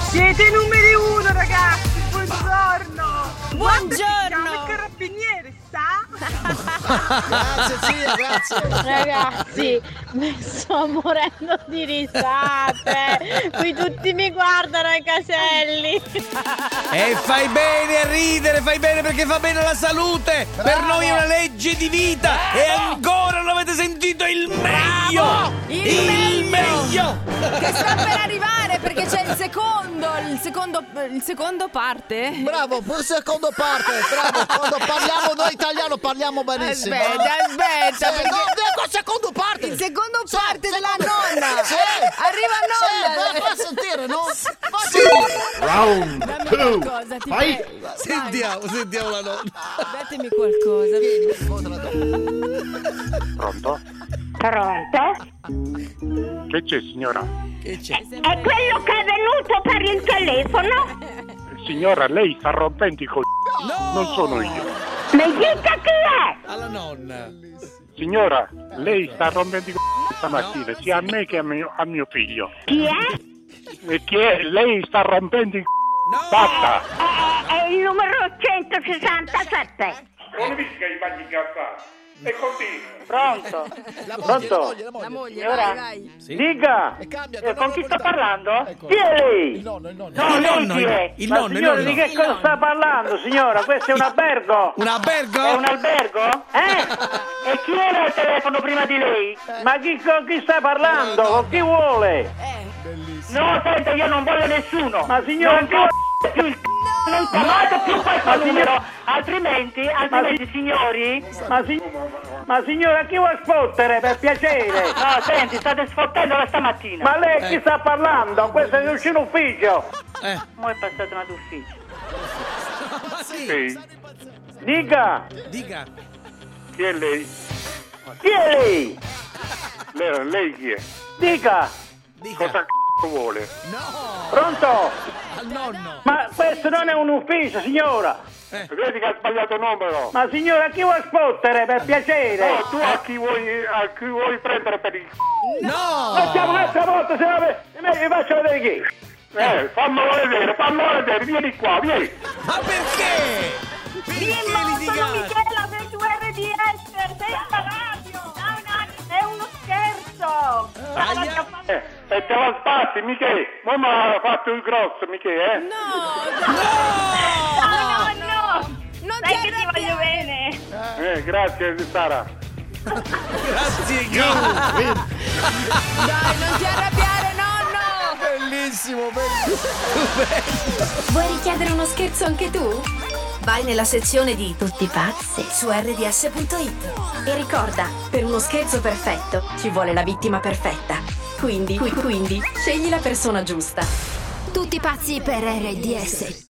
Siete numeri uno, ragazzi. Buongiorno. Buongiorno. Il carabiniere, sa? Grazie zia, grazie. Ragazzi, mi sto morendo di risate. Qui tutti mi guardano ai caselli. E fai bene a ridere, fai bene perché fa bene alla salute. Bravo. Per noi è una legge di vita. E ancora non avete sentito il meglio. Il meglio. Che sta per arrivare perché c'è il secondo parte. Bravo, pure secondo parte, bravo. Quando parliamo noi italiano parliamo benissimo. Aspetta, Sì, perché no, ecco, secondo parte. il secondo Sì, parte della secondo- nonna. Sì. Arriva nonna. Sì, fa sentire, no? Fa sentire. Round Dammi 2. qualcosa, ti Vai. prego. Sentiamo la nonna. Datemi qualcosa. Pronto? Pronto? Che c'è, signora? Che c'è? È quello che è venuto per il telefono? Signora, lei sta rompendo i No! Non sono io. Mi dica chi è? Alla nonna. Signora, lei sta rompendo i stamattina, sia a me che a mio figlio. Chi è? E che è? Lei sta rompendo i No! Basta! È il numero 167. Non mi dica i bagni incazzati. E continua. Pronto? La Pronto? La moglie, Signora? vai. Sì? Dica! E cambia, Con chi sta parlando? Ecco. Chi è lei? Il nonno. No, Il lei nonno, chi è? il Ma nonno, il signora, nonno. di che cosa sta parlando, signora? Questo è un albergo? Un albergo? È un albergo? E chi era al telefono prima di lei? Ma con chi sta parlando? Con chi vuole? No, senta, io non voglio nessuno. Ma signora, non più il non chiamate più questo numero, altrimenti signori. Ma signora, chi vuole sfottere per piacere? No, senti, state sfottendo da stamattina. Ma lei chi sta parlando? Questo è un ufficio. Mo' è passato una d'ufficio. Ma sì. Ehi, Dica, Dica. chi è lei? chi è lei? Lei chi è? Dica, Cosa vuole? No! pronto? Al nonno. Ma questo non è un ufficio, signora. Vedi che ha sbagliato numero. Ma signora, chi vuole sfottere per piacere? No, tu a chi vuoi prendere per il No! Facciamo un'altra volta, se no vi faccio vedere chi. fammelo vedere, vieni qua, vieni. Ma perché? Perché litigate? Michela del 2RDS, sei alla radio. Ciao Nani, è uno scherzo. Aia. E te la spazzi, Michele. Ma mi ha fatto il grosso, Michele, No! No. Non Sai ti che ti voglio arrabbiare. bene. Grazie, Sara. Grazie, Dai, non ti arrabbiare, nonno! Bellissimo, bellissimo. Vuoi richiedere uno scherzo anche tu? Vai nella sezione di Tutti pazzi su rds.it e ricorda, per uno scherzo perfetto ci vuole la vittima perfetta. Quindi scegli la persona giusta. Tutti pazzi per RDS.